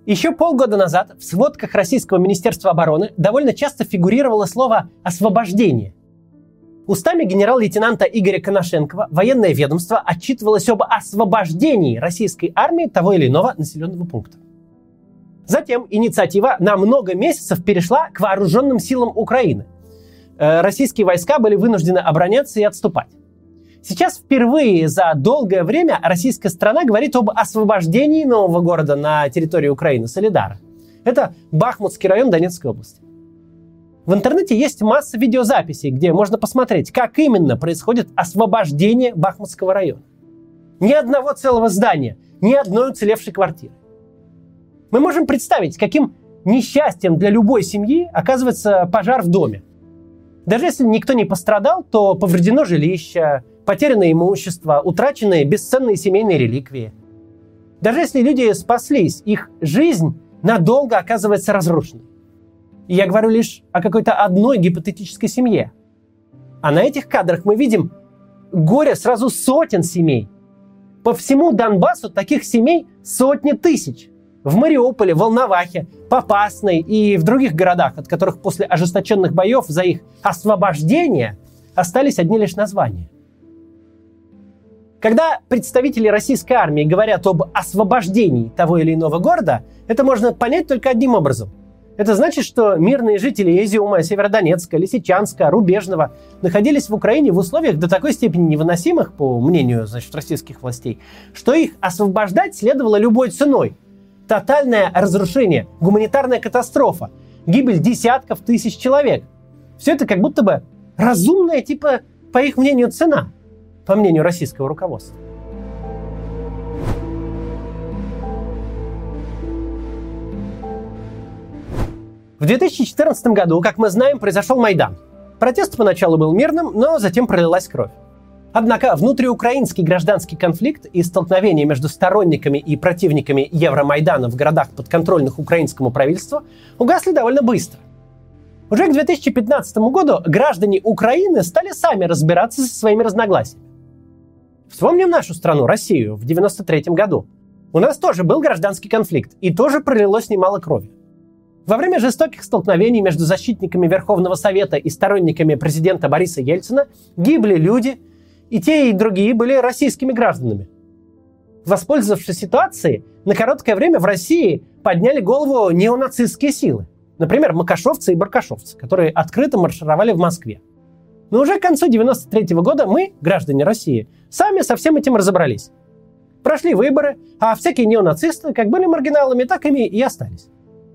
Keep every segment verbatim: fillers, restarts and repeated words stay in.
Еще полгода назад в сводках Российского Министерства обороны довольно часто фигурировало слово «освобождение». Устами генерал-лейтенанта Игоря Коношенкова военное ведомство отчитывалось об освобождении российской армии того или иного населенного пункта. Затем инициатива на много месяцев перешла к вооруженным силам Украины. Э, российские войска были вынуждены обороняться и отступать. Сейчас впервые за долгое время российская страна говорит об освобождении нового города на территории Украины, Солидара. Это Бахмутский район Донецкой области. В интернете есть масса видеозаписей, где можно посмотреть, как именно происходит освобождение Бахмутского района. Ни одного целого здания, ни одной уцелевшей квартиры. Мы можем представить, каким несчастьем для любой семьи оказывается пожар в доме. Даже если никто не пострадал, то повреждено жилище, потерянное имущество, утраченные бесценные семейные реликвии. Даже если люди спаслись, их жизнь надолго оказывается разрушенной. И я говорю лишь о какой-то одной гипотетической семье. А на этих кадрах мы видим горе сразу сотен семей. По всему Донбассу таких семей сотни тысяч. В Мариуполе, Волновахе, Попасной и в других городах, от которых после ожесточенных боев за их освобождение остались одни лишь названия. Когда представители российской армии говорят об освобождении того или иного города, это можно понять только одним образом. Это значит, что мирные жители Изюма, Северодонецка, Лисичанска, Рубежного находились в Украине в условиях до такой степени невыносимых, по мнению, значит, российских властей, что их освобождать следовало любой ценой. Тотальное разрушение, гуманитарная катастрофа, гибель десятков тысяч человек. Все это как будто бы разумная, типа, по их мнению, цена, по мнению российского руководства. В две тысячи четырнадцатом году, как мы знаем, произошел Майдан. Протест поначалу был мирным, но затем пролилась кровь. Однако внутриукраинский гражданский конфликт и столкновения между сторонниками и противниками Евромайдана в городах, подконтрольных украинскому правительству, угасли довольно быстро. Уже к две тысячи пятнадцатому году граждане Украины стали сами разбираться со своими разногласиями. Вспомним нашу страну, Россию, в девяносто третьем году. У нас тоже был гражданский конфликт, и тоже пролилось немало крови. Во время жестоких столкновений между защитниками Верховного Совета и сторонниками президента Бориса Ельцина гибли люди, и те, и другие были российскими гражданами. Воспользовавшись ситуацией, на короткое время в России подняли голову неонацистские силы. Например, макашовцы и баркашовцы, которые открыто маршировали в Москве. Но уже к концу девяносто третьего года мы, граждане России, сами со всем этим разобрались. Прошли выборы, а всякие неонацисты как были маргиналами, так ими и остались.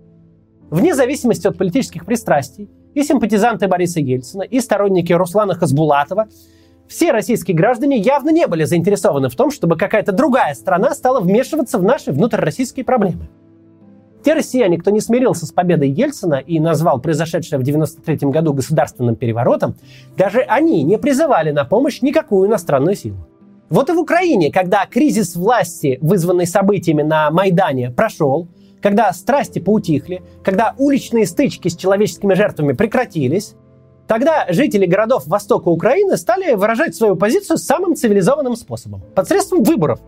Вне зависимости от политических пристрастий, и симпатизанты Бориса Ельцина, и сторонники Руслана Хасбулатова, все российские граждане явно не были заинтересованы в том, чтобы какая-то другая страна стала вмешиваться в наши внутрироссийские проблемы. Те россияне, кто не смирился с победой Ельцина и назвал произошедшее в девяносто третьем году государственным переворотом, даже они не призывали на помощь никакую иностранную силу. Вот и в Украине, когда кризис власти, вызванный событиями на Майдане, прошел, когда страсти поутихли, когда уличные стычки с человеческими жертвами прекратились, тогда жители городов востока Украины стали выражать свою позицию самым цивилизованным способом – посредством выборов.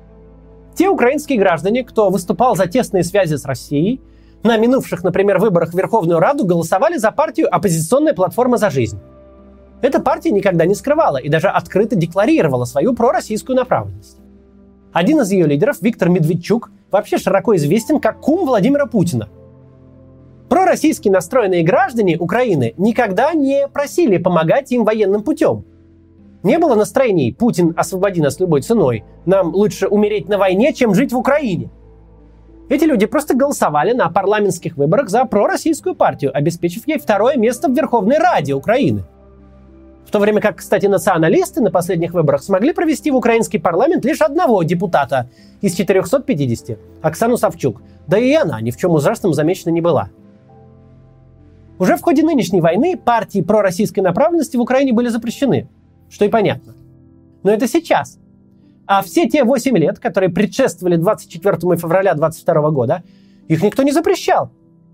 Те украинские граждане, кто выступал за тесные связи с Россией, на минувших, например, выборах в Верховную Раду голосовали за партию «Оппозиционная платформа за жизнь». Эта партия никогда не скрывала и даже открыто декларировала свою пророссийскую направленность. Один из ее лидеров, Виктор Медведчук, вообще широко известен как кум Владимира Путина. Пророссийски настроенные граждане Украины никогда не просили помогать им военным путем. Не было настроений «Путин, освободи нас любой ценой», «Нам лучше умереть на войне, чем жить в Украине». Эти люди просто голосовали на парламентских выборах за пророссийскую партию, обеспечив ей второе место в Верховной Раде Украины. В то время как, кстати, националисты на последних выборах смогли провести в украинский парламент лишь одного депутата из четырехсот пятидесяти – Оксану Савчук. Да и она ни в чем ужасном замечена не была. Уже в ходе нынешней войны партии пророссийской направленности в Украине были запрещены, что и понятно. Но это сейчас. А все те восемь лет, которые предшествовали двадцать четвёртому февраля двадцать второго года, их никто не запрещал.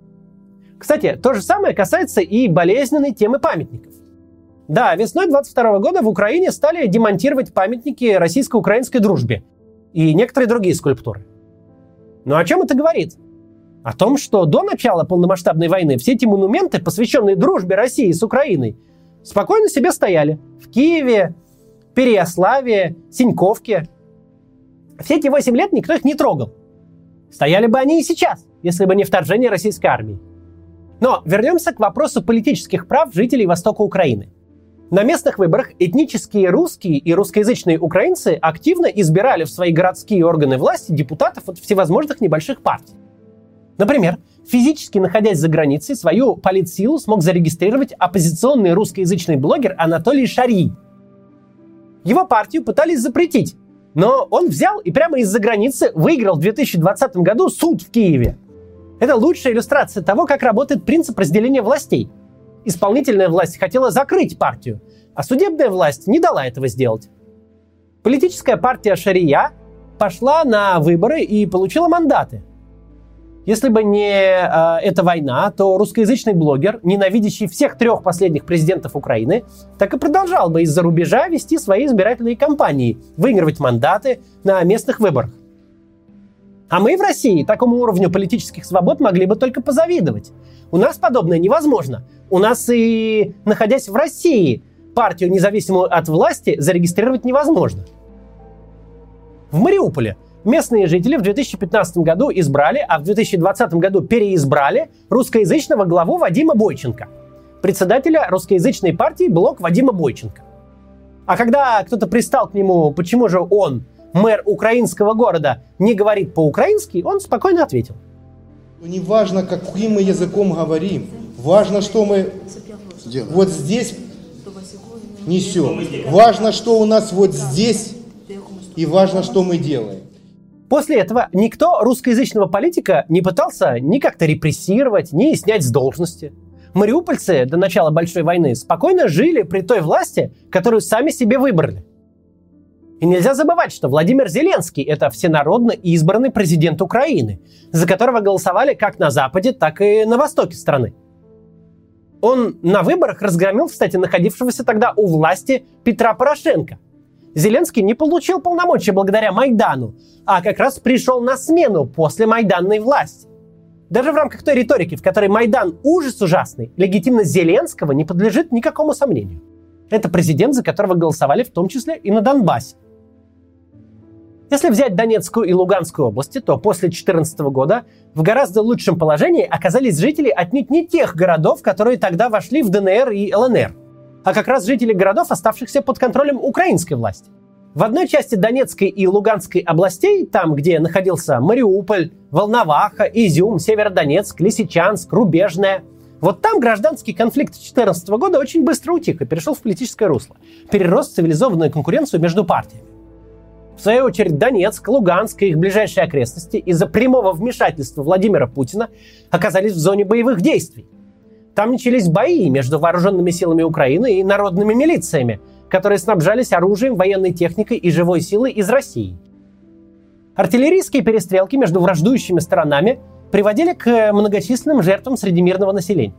Кстати, то же самое касается и болезненной темы памятников. Да, весной двадцать второго года в Украине стали демонтировать памятники российско-украинской дружбе и некоторые другие скульптуры. Но о чем это говорит? О том, что до начала полномасштабной войны все эти монументы, посвященные дружбе России с Украиной, спокойно себе стояли в Киеве, Переяславе, Синьковке. Все эти восемь лет никто их не трогал. Стояли бы они и сейчас, если бы не вторжение российской армии. Но вернемся к вопросу политических прав жителей востока Украины. На местных выборах этнические русские и русскоязычные украинцы активно избирали в свои городские органы власти депутатов от всевозможных небольших партий. Например, физически находясь за границей, свою политсилу смог зарегистрировать оппозиционный русскоязычный блогер Анатолий Шарий. Его партию пытались запретить, но он взял и прямо из-за границы выиграл в две тысячи двадцатом году суд в Киеве. Это лучшая иллюстрация того, как работает принцип разделения властей. Исполнительная власть хотела закрыть партию, а судебная власть не дала этого сделать. Политическая партия Шария пошла на выборы и получила мандаты. Если бы не э, эта война, то русскоязычный блогер, ненавидящий всех трех последних президентов Украины, так и продолжал бы из-за рубежа вести свои избирательные кампании, выигрывать мандаты на местных выборах. А мы в России такому уровню политических свобод могли бы только позавидовать. У нас подобное невозможно. У нас и, находясь в России, партию, независимую от власти, зарегистрировать невозможно. В Мариуполе местные жители в две тысячи пятнадцатом году избрали, а в две тысячи двадцатом году переизбрали русскоязычного главу Вадима Бойченко, председателя русскоязычной партии «Блок» Вадима Бойченко. А когда кто-то пристал к нему, почему же он, мэр украинского города, не говорит по-украински, он спокойно ответил. Не важно, каким мы языком говорим, важно, что мы делаем. Вот здесь несем. Важно, что у нас вот здесь, и важно, что мы делаем. После этого никто русскоязычного политика не пытался ни как-то репрессировать, ни снять с должности. Мариупольцы до начала Большой войны спокойно жили при той власти, которую сами себе выбрали. И нельзя забывать, что Владимир Зеленский – это всенародно избранный президент Украины, за которого голосовали как на западе, так и на востоке страны. Он на выборах разгромил, кстати, находившегося тогда у власти Петра Порошенко. Зеленский не получил полномочия благодаря Майдану, а как раз пришел на смену после майданной власти. Даже в рамках той риторики, в которой Майдан ужас ужасный, легитимность Зеленского не подлежит никакому сомнению. Это президент, за которого голосовали в том числе и на Донбассе. Если взять Донецкую и Луганскую области, то после две тысячи четырнадцатого года в гораздо лучшем положении оказались жители отнюдь не тех городов, которые тогда вошли в ДНР и ЛНР, а как раз жители городов, оставшихся под контролем украинской власти. В одной части Донецкой и Луганской областей, там, где находился Мариуполь, Волноваха, Изюм, Северодонецк, Лисичанск, Рубежная, вот там гражданский конфликт две тысячи четырнадцатого года очень быстро утих и перешел в политическое русло, перерос в цивилизованную конкуренцию между партиями. В свою очередь, Донецк, Луганск и их ближайшие окрестности из-за прямого вмешательства Владимира Путина оказались в зоне боевых действий. Там начались бои между вооруженными силами Украины и народными милициями, которые снабжались оружием, военной техникой и живой силой из России. Артиллерийские перестрелки между враждующими сторонами приводили к многочисленным жертвам среди мирного населения.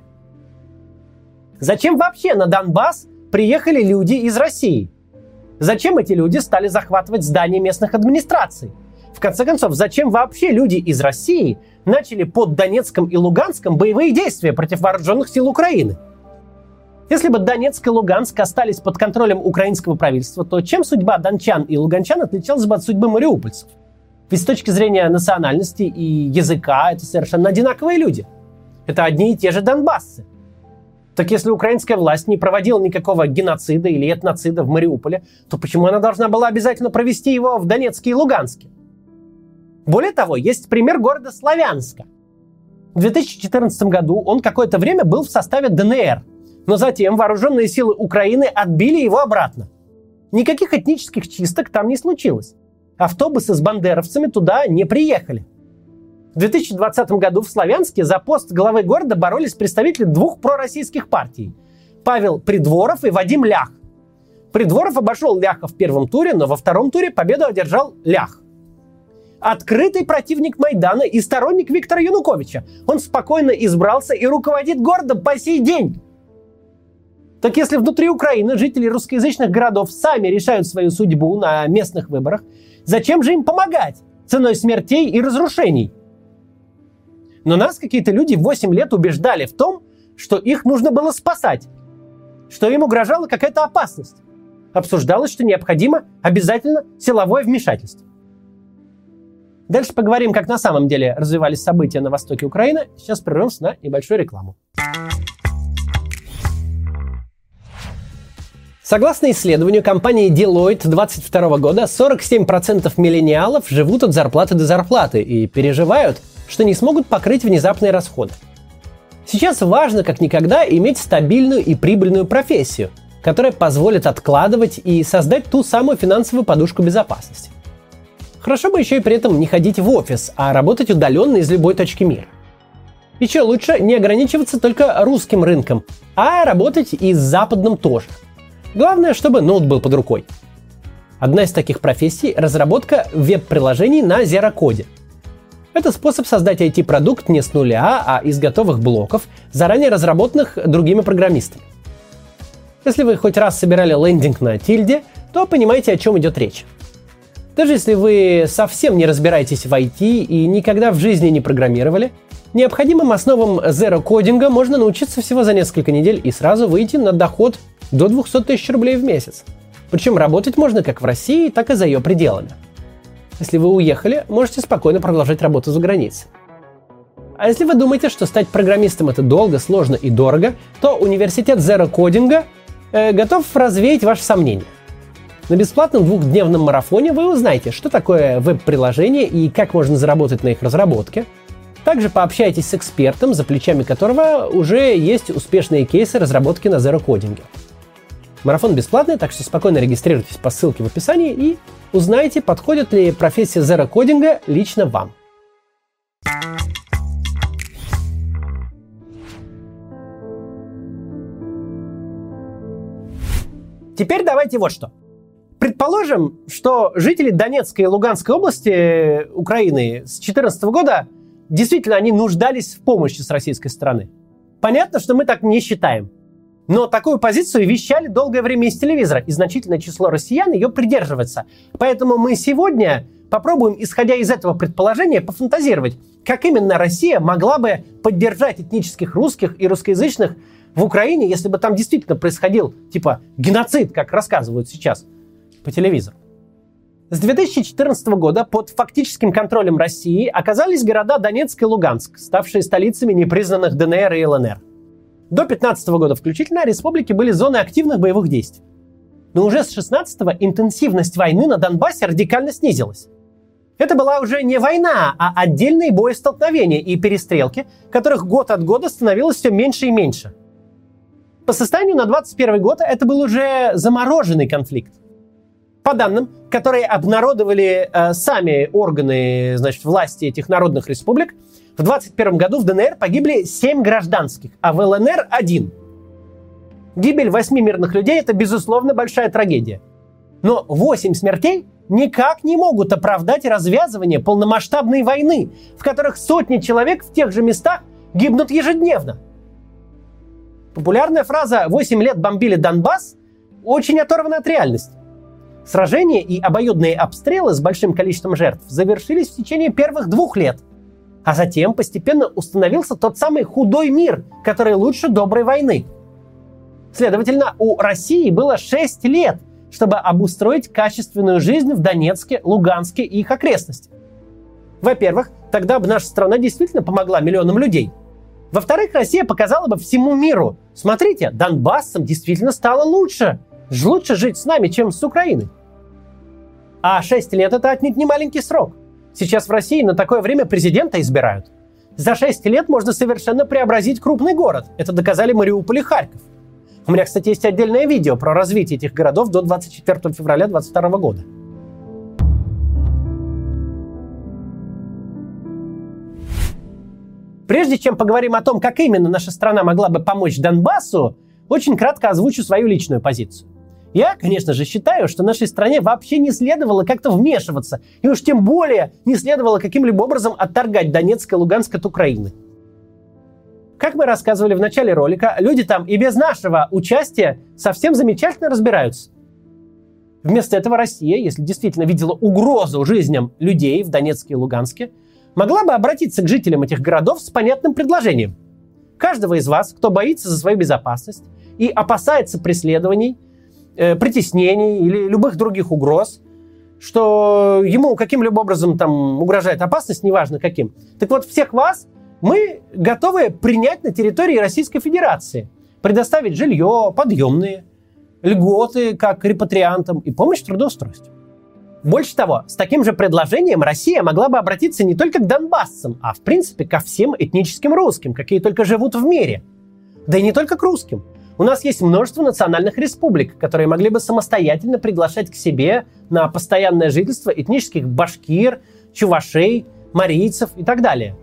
Зачем вообще на Донбасс приехали люди из России? Зачем эти люди стали захватывать здания местных администраций? В конце концов, зачем вообще люди из России начали под Донецком и Луганском боевые действия против вооруженных сил Украины? Если бы Донецк и Луганск остались под контролем украинского правительства, то чем судьба дончан и луганчан отличалась бы от судьбы мариупольцев? Ведь с точки зрения национальности и языка это совершенно одинаковые люди. Это одни и те же донбассцы. Так если украинская власть не проводила никакого геноцида или этноцида в Мариуполе, то почему она должна была обязательно провести его в Донецке и Луганске? Более того, есть пример города Славянска. В две тысячи четырнадцатом году он какое-то время был в составе ДНР, но затем вооруженные силы Украины отбили его обратно. Никаких этнических чисток там не случилось. Автобусы с бандеровцами туда не приехали. В две тысячи двадцатом году в Славянске за пост главы города боролись представители двух пророссийских партий – Павел Придворов и Вадим Лях. Придворов обошел Ляха в первом туре, но во втором туре победу одержал Лях. Открытый противник Майдана и сторонник Виктора Януковича. Он спокойно избрался и руководит городом по сей день. Так если внутри Украины жители русскоязычных городов сами решают свою судьбу на местных выборах, зачем же им помогать ценой смертей и разрушений? Но нас какие-то люди восемь лет убеждали в том, что их нужно было спасать, что им угрожала какая-то опасность. Обсуждалось, что необходимо обязательно силовое вмешательство. Дальше поговорим, как на самом деле развивались события на востоке Украины. Сейчас прервемся на небольшую рекламу. Согласно исследованию компании Deloitte две тысячи двадцать второго года, сорок семь процентов миллениалов живут от зарплаты до зарплаты и переживают, что не смогут покрыть внезапные расходы. Сейчас важно, как никогда, иметь стабильную и прибыльную профессию, которая позволит откладывать и создать ту самую финансовую подушку безопасности. Хорошо бы еще и при этом не ходить в офис, а работать удаленно из любой точки мира. Еще лучше не ограничиваться только русским рынком, а работать и с западным тоже. Главное, чтобы ноут был под рукой. Одна из таких профессий – разработка веб-приложений на Zero-коде. Это способ создать ай ти-продукт не с нуля, а из готовых блоков, заранее разработанных другими программистами. Если вы хоть раз собирали лендинг на Тильде, то понимаете, о чем идет речь. Даже если вы совсем не разбираетесь в ай ти и никогда в жизни не программировали, необходимым основам зеро-кодинга можно научиться всего за несколько недель и сразу выйти на доход до двести тысяч рублей в месяц. Причем работать можно как в России, так и за ее пределами. Если вы уехали, можете спокойно продолжать работу за границей. А если вы думаете, что стать программистом это долго, сложно и дорого, то университет зеро-кодинга э, готов развеять ваши сомнения. На бесплатном двухдневном марафоне вы узнаете, что такое веб-приложение и как можно заработать на их разработке. Также пообщайтесь с экспертом, за плечами которого уже есть успешные кейсы разработки на зеро-кодинге. Марафон бесплатный, так что спокойно регистрируйтесь по ссылке в описании и узнайте, подходит ли профессия зеро-кодинга лично вам. Теперь давайте вот что. Предположим, что жители Донецкой и Луганской области Украины с две тысячи четырнадцатого года действительно они нуждались в помощи с российской стороны. Понятно, что мы так не считаем. Но такую позицию вещали долгое время из телевизора, и значительное число россиян ее придерживается. Поэтому мы сегодня попробуем, исходя из этого предположения, пофантазировать, как именно Россия могла бы поддержать этнических русских и русскоязычных в Украине, если бы там действительно происходил, типа, геноцид, как рассказывают сейчас по телевизору. С две тысячи четырнадцатого года под фактическим контролем России оказались города Донецк и Луганск, ставшие столицами непризнанных дэ эн эр и эл эн эр. До две тысячи пятнадцатого года включительно республики были зоны активных боевых действий. Но уже с две тысячи шестнадцатого интенсивность войны на Донбассе радикально снизилась. Это была уже не война, а отдельные боестолкновения и перестрелки, которых год от года становилось все меньше и меньше. По состоянию на двадцать первый год это был уже замороженный конфликт. По данным, которые обнародовали э, сами органы, значит, власти этих народных республик, в двадцать первом году в дэ эн эр погибли семь гражданских, а в эл эн эр один. Гибель восьми мирных людей – это, безусловно, большая трагедия. Но восемь смертей никак не могут оправдать развязывание полномасштабной войны, в которых сотни человек в тех же местах гибнут ежедневно. Популярная фраза «восемь лет бомбили Донбасс» очень оторвана от реальности. Сражения и обоюдные обстрелы с большим количеством жертв завершились в течение первых двух лет. А затем постепенно установился тот самый худой мир, который лучше доброй войны. Следовательно, у России было шесть лет, чтобы обустроить качественную жизнь в Донецке, Луганске и их окрестностях. Во-первых, тогда бы наша страна действительно помогла миллионам людей. Во-вторых, Россия показала бы всему миру: смотрите, донбассцам действительно стало лучше. Лучше жить с нами, чем с Украиной. А шесть лет – это отнюдь не маленький срок. Сейчас в России на такое время президента избирают. За шесть лет можно совершенно преобразить крупный город. Это доказали Мариуполь и Харьков. У меня, кстати, есть отдельное видео про развитие этих городов до двадцать четвёртого февраля две тысячи двадцать второго года. Прежде чем поговорим о том, как именно наша страна могла бы помочь Донбассу, очень кратко озвучу свою личную позицию. Я, конечно же, считаю, что нашей стране вообще не следовало как-то вмешиваться, и уж тем более не следовало каким-либо образом отторгать Донецк и Луганск от Украины. Как мы рассказывали в начале ролика, люди там и без нашего участия совсем замечательно разбираются. Вместо этого Россия, если действительно видела угрозу жизням людей в Донецке и Луганске, могла бы обратиться к жителям этих городов с понятным предложением. Каждого из вас, кто боится за свою безопасность и опасается преследований, э, притеснений или любых других угроз, что ему каким-либо образом там угрожает опасность, неважно каким. Так вот, всех вас мы готовы принять на территории Российской Федерации, предоставить жилье, подъемные, льготы, как репатриантам, и помощь в трудоустройстве. Больше того, с таким же предложением Россия могла бы обратиться не только к донбассцам, а в принципе ко всем этническим русским, какие только живут в мире. Да и не только к русским. У нас есть множество национальных республик, которые могли бы самостоятельно приглашать к себе на постоянное жительство этнических башкир, чувашей, марийцев и так далее.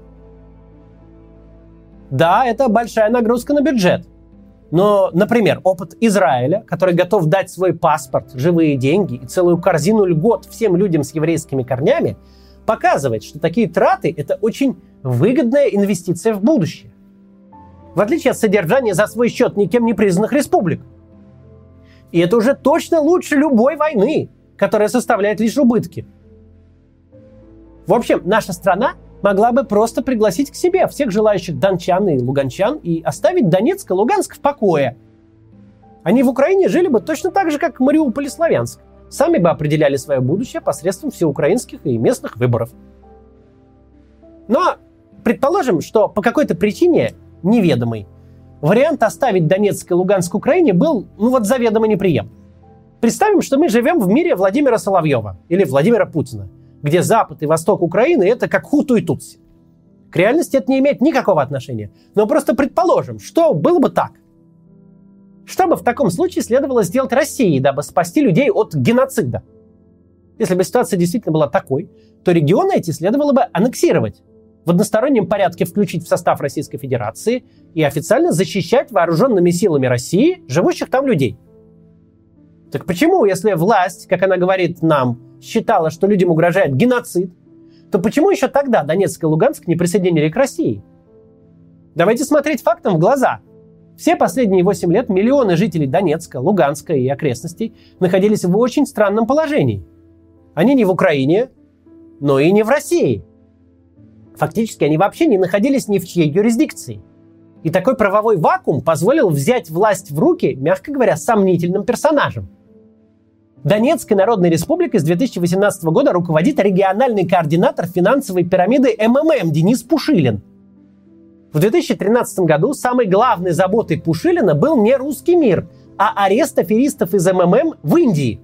Да, это большая нагрузка на бюджет. Но, например, опыт Израиля, который готов дать свой паспорт, живые деньги и целую корзину льгот всем людям с еврейскими корнями, показывает, что такие траты – это очень выгодная инвестиция в будущее. В отличие от содержания за свой счет никем не признанных республик. И это уже точно лучше любой войны, которая составляет лишь убытки. В общем, наша страна могла бы просто пригласить к себе всех желающих дончан и луганчан и оставить Донецк и Луганск в покое. Они в Украине жили бы точно так же, как Мариуполь и Славянск. Сами бы определяли свое будущее посредством всеукраинских и местных выборов. Но предположим, что по какой-то причине неведомой вариант оставить Донецк и Луганск Украине был, ну вот, заведомо неприемлем. Представим, что мы живем в мире Владимира Соловьева или Владимира Путина, где Запад и Восток Украины – это как хуту и тутси. К реальности это не имеет никакого отношения. Но просто предположим, что было бы так. Что бы в таком случае следовало сделать России, дабы спасти людей от геноцида? Если бы ситуация действительно была такой, то регионы эти следовало бы аннексировать, в одностороннем порядке включить в состав Российской Федерации и официально защищать вооруженными силами России живущих там людей. Так почему, если власть, как она говорит нам, считала, что людям угрожает геноцид, то почему еще тогда Донецк и Луганск не присоединили к России? Давайте смотреть фактам в глаза. Все последние восемь лет миллионы жителей Донецка, Луганска и окрестностей находились в очень странном положении. Они не в Украине, но и не в России. Фактически они вообще не находились ни в чьей юрисдикции. И такой правовой вакуум позволил взять власть в руки, мягко говоря, сомнительным персонажам. Донецкой Народной Республикой с две тысячи восемнадцатого года руководит региональный координатор финансовой пирамиды эм эм эм Денис Пушилин. В две тысячи тринадцатом году самой главной заботой Пушилина был не русский мир, а арест аферистов из эм эм эм в Индии.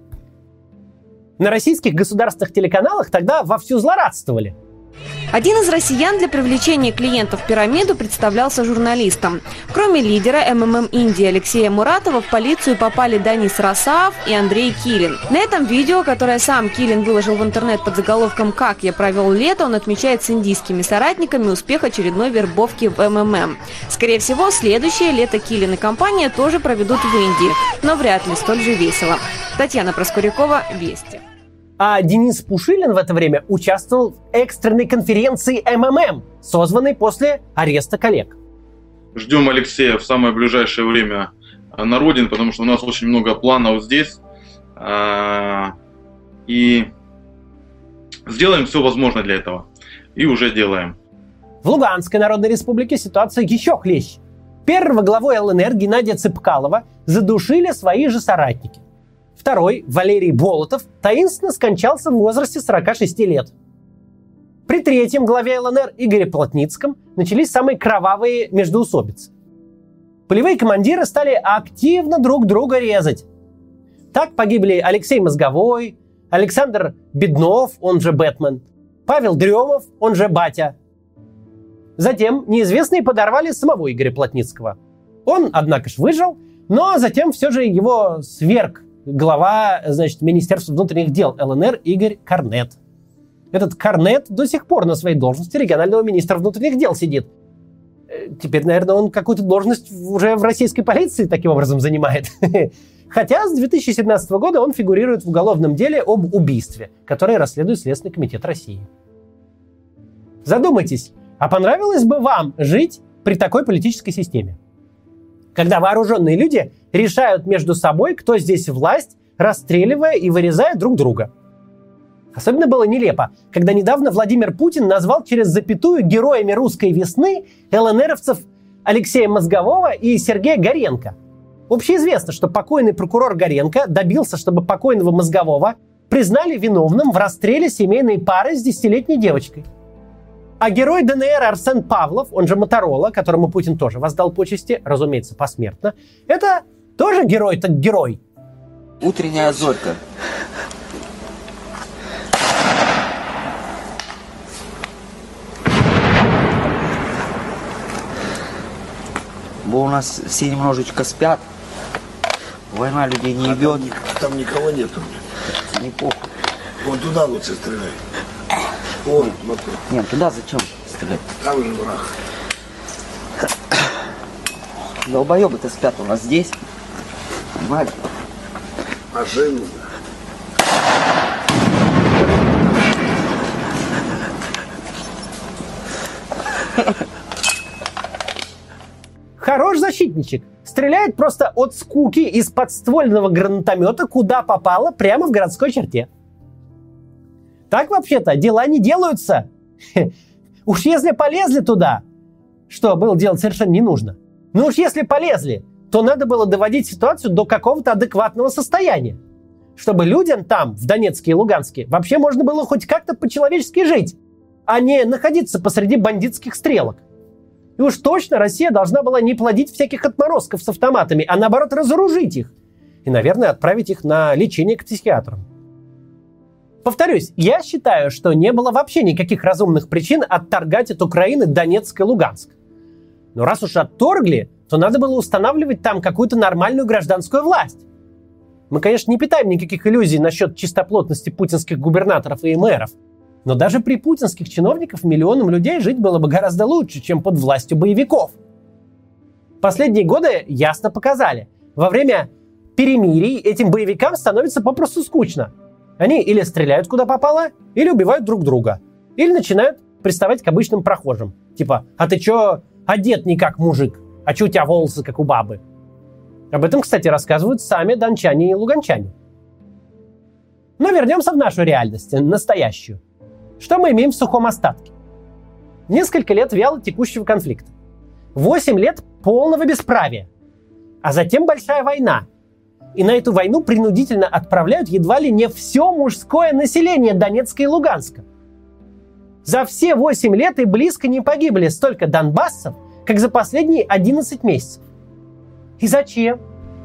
На российских государственных телеканалах тогда вовсю злорадствовали. Один из россиян для привлечения клиентов в пирамиду представлялся журналистом. Кроме лидера эм эм эм Индии Алексея Муратова, в полицию попали Данис Расаав и Андрей Килин. На этом видео, которое сам Килин выложил в интернет под заголовком «Как я провел лето», он отмечает с индийскими соратниками успех очередной вербовки в эм эм эм. Скорее всего, следующее лето Килин и компания тоже проведут в Индии, но вряд ли столь же весело. Татьяна Проскурякова, Вести. А Денис Пушилин в это время участвовал в экстренной конференции эм эм эм, созванной после ареста коллег. Ждем Алексея в самое ближайшее время на родине, потому что у нас очень много планов здесь. И сделаем все возможное для этого. И уже делаем. В Луганской Народной Республике ситуация еще хлеще. Первого главу эл эн эр Геннадия Цыпкалова задушили свои же соратники. Второй, Валерий Болотов, таинственно скончался в возрасте сорока шести лет. При третьем главе эл эн эр Игоре Плотницком начались самые кровавые междоусобицы. Полевые командиры стали активно друг друга резать. Так погибли Алексей Мозговой, Александр Беднов, он же Бэтмен, Павел Дремов, он же Батя. Затем неизвестные подорвали самого Игоря Плотницкого. Он, однако ж, выжил, но затем все же его сверг глава, значит, Министерства внутренних дел эл эн эр Игорь Корнет. Этот Корнет до сих пор на своей должности регионального министра внутренних дел сидит. Теперь, наверное, он какую-то должность уже в российской полиции таким образом занимает. Хотя с две тысячи семнадцатого года он фигурирует в уголовном деле об убийстве, которое расследует Следственный комитет России. Задумайтесь, а понравилось бы вам жить при такой политической системе? Когда вооруженные люди решают между собой, кто здесь власть, расстреливая и вырезая друг друга. Особенно было нелепо, когда недавно Владимир Путин назвал через запятую героями русской весны ЛНРовцев Алексея Мозгового и Сергея Горенко. Общеизвестно, что покойный прокурор Горенко добился, чтобы покойного Мозгового признали виновным в расстреле семейной пары с десятилетней девочкой. А герой ДНР Арсен Павлов, он же Моторола, которому Путин тоже воздал почести, разумеется, посмертно, это тоже герой, так герой. Утренняя зорька. Бо у нас все немножечко спят. Война людей не ебет. А там, там никого нету. Не похуй. Вон туда лучше стреляй. Вон, смотри. Нет, туда зачем стрелять? Там же враг. Долбоебы-то спят у нас здесь. Понимаете? Машину. Хорош защитничек. Стреляет просто от скуки из подствольного гранатомета, куда попало, прямо в городской черте. Так вообще-то дела не делаются. Уж если полезли туда, что было делать совершенно не нужно. Но уж если полезли, то надо было доводить ситуацию до какого-то адекватного состояния. Чтобы людям там, в Донецке и Луганске, вообще можно было хоть как-то по-человечески жить, а не находиться посреди бандитских стрелок. И уж точно Россия должна была не плодить всяких отморозков с автоматами, а наоборот разоружить их. И, наверное, отправить их на лечение к психиатрам. Повторюсь, я считаю, что не было вообще никаких разумных причин отторгать от Украины Донецк и Луганск. Но раз уж отторгли, то надо было устанавливать там какую-то нормальную гражданскую власть. Мы, конечно, не питаем никаких иллюзий насчет чистоплотности путинских губернаторов и мэров. Но даже при путинских чиновниках миллионам людей жить было бы гораздо лучше, чем под властью боевиков. Последние годы ясно показали. Во время перемирий этим боевикам становится попросту скучно. Они или стреляют куда попало, или убивают друг друга. Или начинают приставать к обычным прохожим. Типа, а ты чё одет не как мужик? А чё у тебя волосы как у бабы? Об этом, кстати, рассказывают сами дончане и луганчане. Но вернемся в нашу реальность, настоящую. Что мы имеем в сухом остатке? Несколько лет вяло текущего конфликта. Восемь лет полного бесправия. А затем большая война. И на эту войну принудительно отправляют едва ли не все мужское население Донецка и Луганска. За все восемь лет и близко не погибли столько донбассов, как за последние одиннадцать месяцев. И зачем?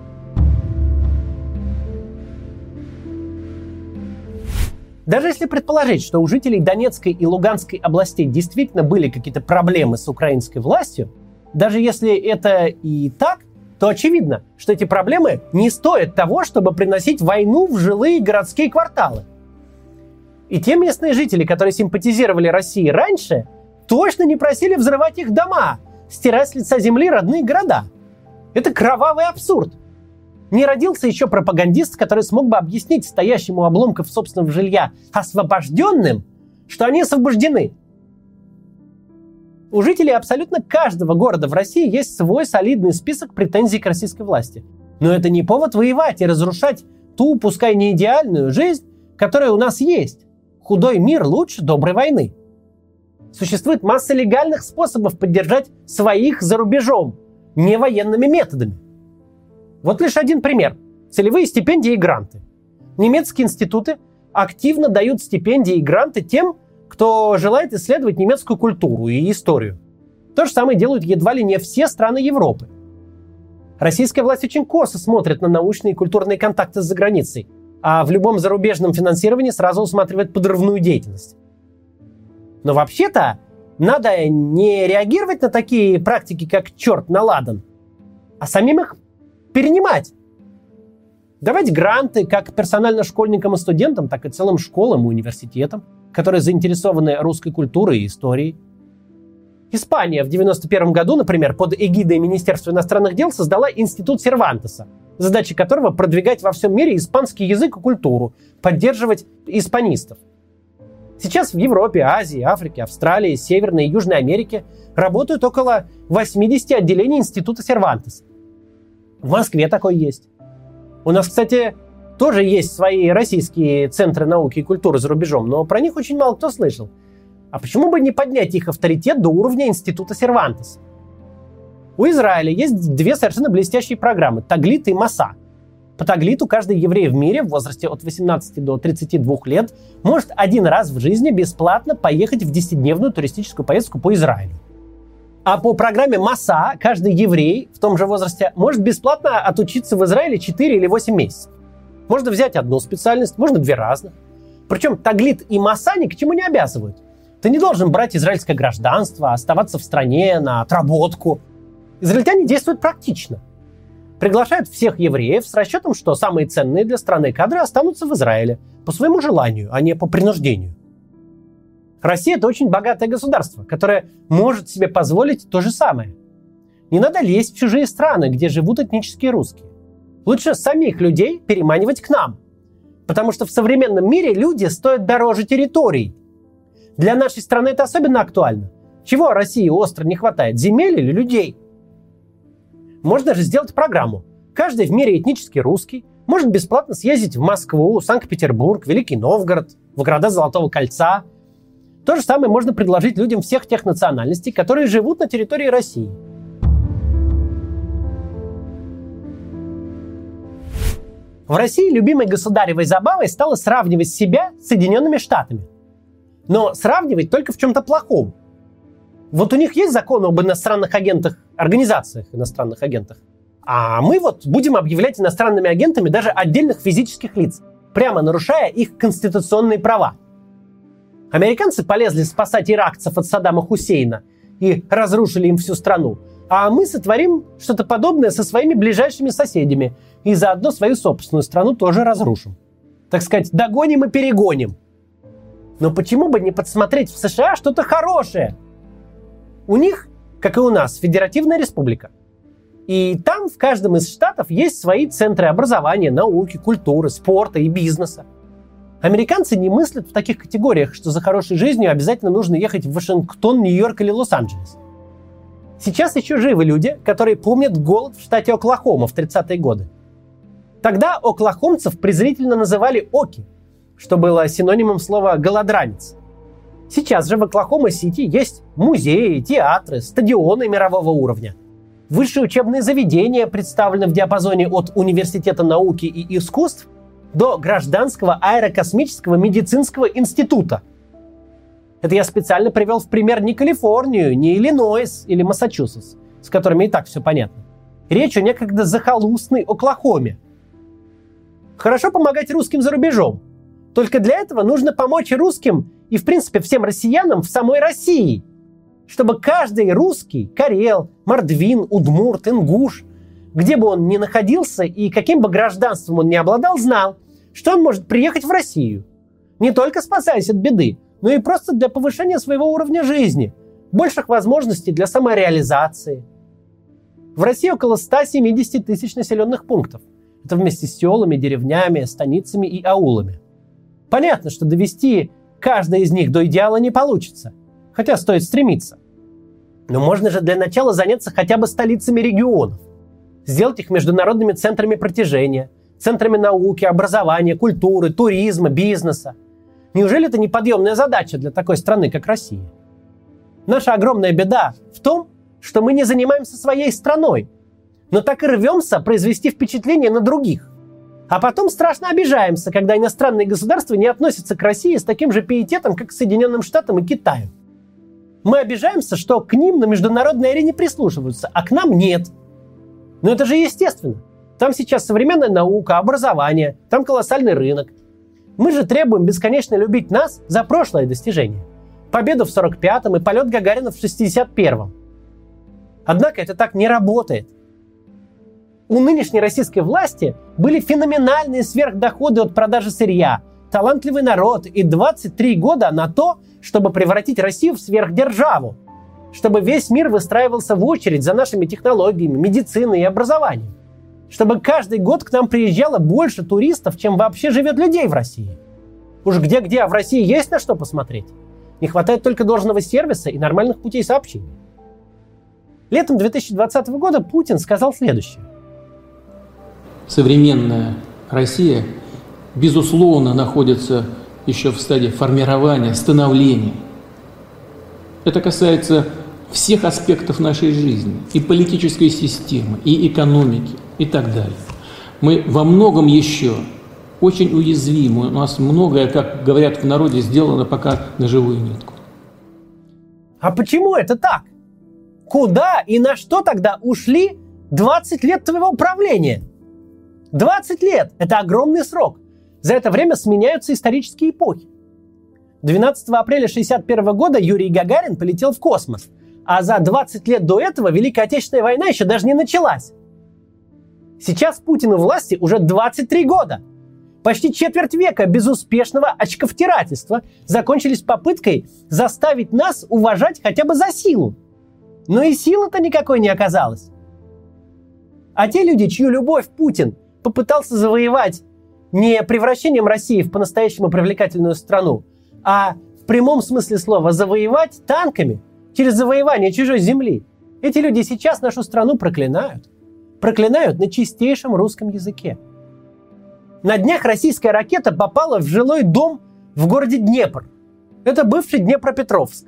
Даже если предположить, что у жителей Донецкой и Луганской областей действительно были какие-то проблемы с украинской властью, даже если это и так, то очевидно, что эти проблемы не стоят того, чтобы приносить войну в жилые городские кварталы. И те местные жители, которые симпатизировали России раньше, точно не просили взрывать их дома, стирать с лица земли родные города. Это кровавый абсурд. Не родился еще пропагандист, который смог бы объяснить стоящему обломков собственного жилья освобожденным, что они освобождены. У жителей абсолютно каждого города в России есть свой солидный список претензий к российской власти. Но это не повод воевать и разрушать ту, пускай не идеальную, жизнь, которая у нас есть. Худой мир лучше доброй войны. Существует масса легальных способов поддержать своих за рубежом, не военными методами. Вот лишь один пример. Целевые стипендии и гранты. Немецкие институты активно дают стипендии и гранты тем, кто желает исследовать немецкую культуру и историю. То же самое делают едва ли не все страны Европы. Российская власть очень косо смотрит на научные и культурные контакты с заграницей, а в любом зарубежном финансировании сразу усматривает подрывную деятельность. Но вообще-то надо не реагировать на такие практики, как черт на ладан, а самим их перенимать. Давать гранты как персонально школьникам и студентам, так и целым школам и университетам, которые заинтересованы русской культурой и историей. Испания в девяносто первом году, например, под эгидой Министерства иностранных дел создала институт Сервантеса, задача которого продвигать во всем мире испанский язык и культуру, поддерживать испанистов. Сейчас в Европе, Азии, Африке, Австралии, Северной и Южной Америке работают около восемьдесят отделений института Сервантеса. В Москве такой есть. У нас, кстати, Тоже есть свои российские центры науки и культуры за рубежом, но про них очень мало кто слышал. А почему бы не поднять их авторитет до уровня института Сервантеса? У Израиля есть две совершенно блестящие программы – Таглит и Маса. По Таглиту каждый еврей в мире в возрасте от восемнадцати до тридцати двух лет может один раз в жизни бесплатно поехать в десятидневную туристическую поездку по Израилю. А по программе Маса каждый еврей в том же возрасте может бесплатно отучиться в Израиле четыре или восемь месяцев. Можно взять одну специальность, можно две разных. Причем Таглит и Маса ни к чему не обязывают. Ты не должен брать израильское гражданство, оставаться в стране на отработку. Израильтяне действуют практично. Приглашают всех евреев с расчетом, что самые ценные для страны кадры останутся в Израиле по своему желанию, а не по принуждению. Россия – это очень богатое государство, которое может себе позволить то же самое. Не надо лезть в чужие страны, где живут этнические русские. Лучше самих людей переманивать к нам. Потому что в современном мире люди стоят дороже территорий. Для нашей страны это особенно актуально. Чего России остро не хватает? Земель или людей? Можно же сделать программу. Каждый в мире этнический русский может бесплатно съездить в Москву, Санкт-Петербург, Великий Новгород, в города Золотого Кольца. То же самое можно предложить людям всех тех национальностей, которые живут на территории России. В России любимой государевой забавой стало сравнивать себя с Соединенными Штатами. Но сравнивать только в чем-то плохом. Вот у них есть закон об иностранных агентах, организациях иностранных агентах. А мы вот будем объявлять иностранными агентами даже отдельных физических лиц, прямо нарушая их конституционные права. Американцы полезли спасать иракцев от Саддама Хусейна и разрушили им всю страну. А мы сотворим что-то подобное со своими ближайшими соседями и заодно свою собственную страну тоже разрушим. Так сказать, догоним и перегоним. Но почему бы не подсмотреть в США что-то хорошее? У них, как и у нас, федеративная республика. И там в каждом из штатов есть свои центры образования, науки, культуры, спорта и бизнеса. Американцы не мыслят в таких категориях, что за хорошей жизнью обязательно нужно ехать в Вашингтон, Нью-Йорк или Лос-Анджелес. Сейчас еще живы люди, которые помнят голод в штате Оклахома в тридцатые годы. Тогда оклахомцев презрительно называли оки, что было синонимом слова «голодранец». Сейчас же в Оклахома-Сити есть музеи, театры, стадионы мирового уровня. Высшие учебные заведения представлены в диапазоне от Университета науки и искусств до Гражданского аэрокосмического медицинского института. Это я специально привел в пример не Калифорнию, не Иллинойс или Массачусетс, с которыми и так все понятно. Речь о некогда захолустной Оклахоме. Хорошо помогать русским за рубежом. Только для этого нужно помочь русским и, в принципе, всем россиянам в самой России. Чтобы каждый русский, карел, мордвин, удмурт, ингуш, где бы он ни находился и каким бы гражданством он ни обладал, знал, что он может приехать в Россию. Не только спасаясь от беды, но и просто для повышения своего уровня жизни, больших возможностей для самореализации. В России около ста семидесяти тысяч населенных пунктов. Это вместе с селами, деревнями, станицами и аулами. Понятно, что довести каждое из них до идеала не получится, хотя стоит стремиться. Но можно же для начала заняться хотя бы столицами регионов. Сделать их международными центрами притяжения, центрами науки, образования, культуры, туризма, бизнеса. Неужели это неподъемная задача для такой страны, как Россия? Наша огромная беда в том, что мы не занимаемся своей страной, но так и рвемся произвести впечатление на других. А потом страшно обижаемся, когда иностранные государства не относятся к России с таким же пиететом, как к Соединенным Штатам и Китаю. Мы обижаемся, что к ним на международной арене прислушиваются, а к нам нет. Но это же естественно. Там сейчас современная наука, образование, там колоссальный рынок. Мы же требуем бесконечно любить нас за прошлое достижение. Победу в сорок пятом и полет Гагарина в шестьдесят первом. Однако это так не работает. У нынешней российской власти были феноменальные сверхдоходы от продажи сырья, талантливый народ и двадцать три года на то, чтобы превратить Россию в сверхдержаву, чтобы весь мир выстраивался в очередь за нашими технологиями, медициной и образованием, чтобы каждый год к нам приезжало больше туристов, чем вообще живет людей в России. Уж где-где, а в России есть на что посмотреть. Не хватает только должного сервиса и нормальных путей сообщения. Летом две тысячи двадцатого года Путин сказал следующее. Современная Россия безусловно, находится еще в стадии формирования, становления. Это касается всех аспектов нашей жизни, и политической системы, и экономики, и так далее. Мы во многом еще очень уязвимы. У нас многое, как говорят в народе, сделано пока на живую нитку. А почему это так? Куда и на что тогда ушли двадцать лет твоего правления? двадцать лет – это огромный срок. За это время сменяются исторические эпохи. двенадцатого апреля шестьдесят первого года Юрий Гагарин полетел в космос, а за двадцать лет до этого Великая Отечественная война еще даже не началась. Сейчас Путин у власти уже двадцать три года. Почти четверть века безуспешного очковтирательства закончились попыткой заставить нас уважать хотя бы за силу. Но и силы-то никакой не оказалось. А те люди, чью любовь Путин попытался завоевать не превращением России в по-настоящему привлекательную страну, а в прямом смысле слова завоевать танками через завоевание чужой земли, эти люди сейчас нашу страну проклинают. Проклинают на чистейшем русском языке. На днях российская ракета попала в жилой дом в городе Днепр. Это бывший Днепропетровск.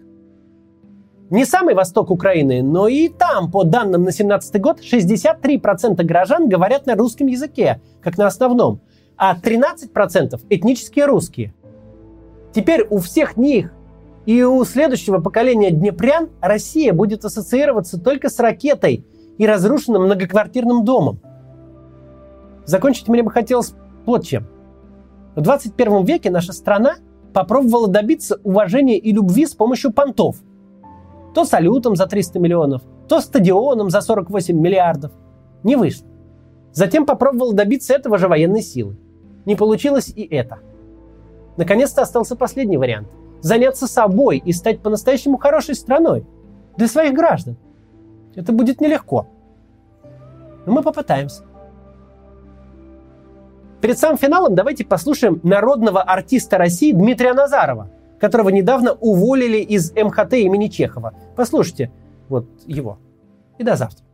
Не самый восток Украины, но и там, по данным на семнадцатый год, шестьдесят три процента горожан говорят на русском языке, как на основном, а тринадцать процентов этнические русские. Теперь у всех них и у следующего поколения днепрян Россия будет ассоциироваться только с ракетой и разрушенным многоквартирным домом. Закончить мне бы хотелось вот чем. В двадцать первом веке наша страна попробовала добиться уважения и любви с помощью понтов. То салютом за триста миллионов, то стадионом за сорок восемь миллиардов. Не вышло. Затем попробовала добиться этого же военной силы. Не получилось и это. Наконец-то остался последний вариант. Заняться собой и стать по-настоящему хорошей страной для своих граждан. Это будет нелегко. Но мы попытаемся. Перед самым финалом давайте послушаем народного артиста России Дмитрия Назарова, которого недавно уволили из эм ха тэ имени Чехова. Послушайте вот его. И до завтра.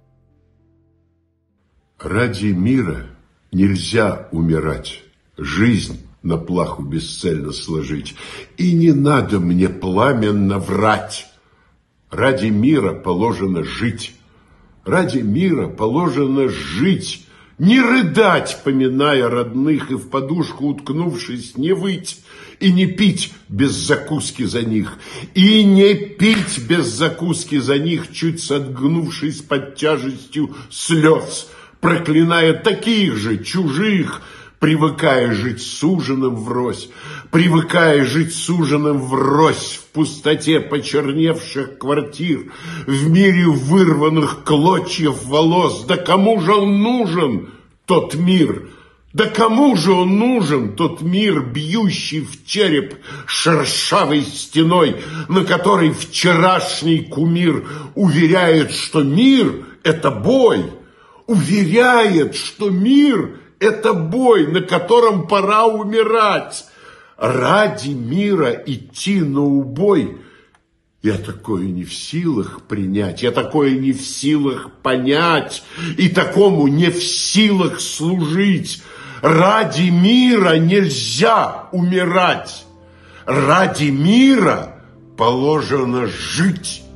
Ради мира нельзя умирать, жизнь на плаху бесцельно сложить. И не надо мне пламенно врать. Ради мира положено жить. Ради мира положено жить. Не рыдать, поминая родных, и в подушку уткнувшись, не выть, и не пить без закуски за них, и не пить без закуски за них, чуть согнувшись под тяжестью слез, проклиная таких же чужих, привыкая жить с ужином врозь, привыкая жить с ужином врозь в пустоте почерневших квартир, в мире вырванных клочьев волос. Да кому же он нужен, тот мир? Да кому же он нужен, тот мир, бьющий в череп шершавой стеной, на которой вчерашний кумир уверяет, что мир – это бой, уверяет, что мир – это бой, на котором пора умирать. Ради мира идти на убой. Я такое не в силах принять, я такое не в силах понять, и такому не в силах служить. Ради мира нельзя умирать. Ради мира положено жить.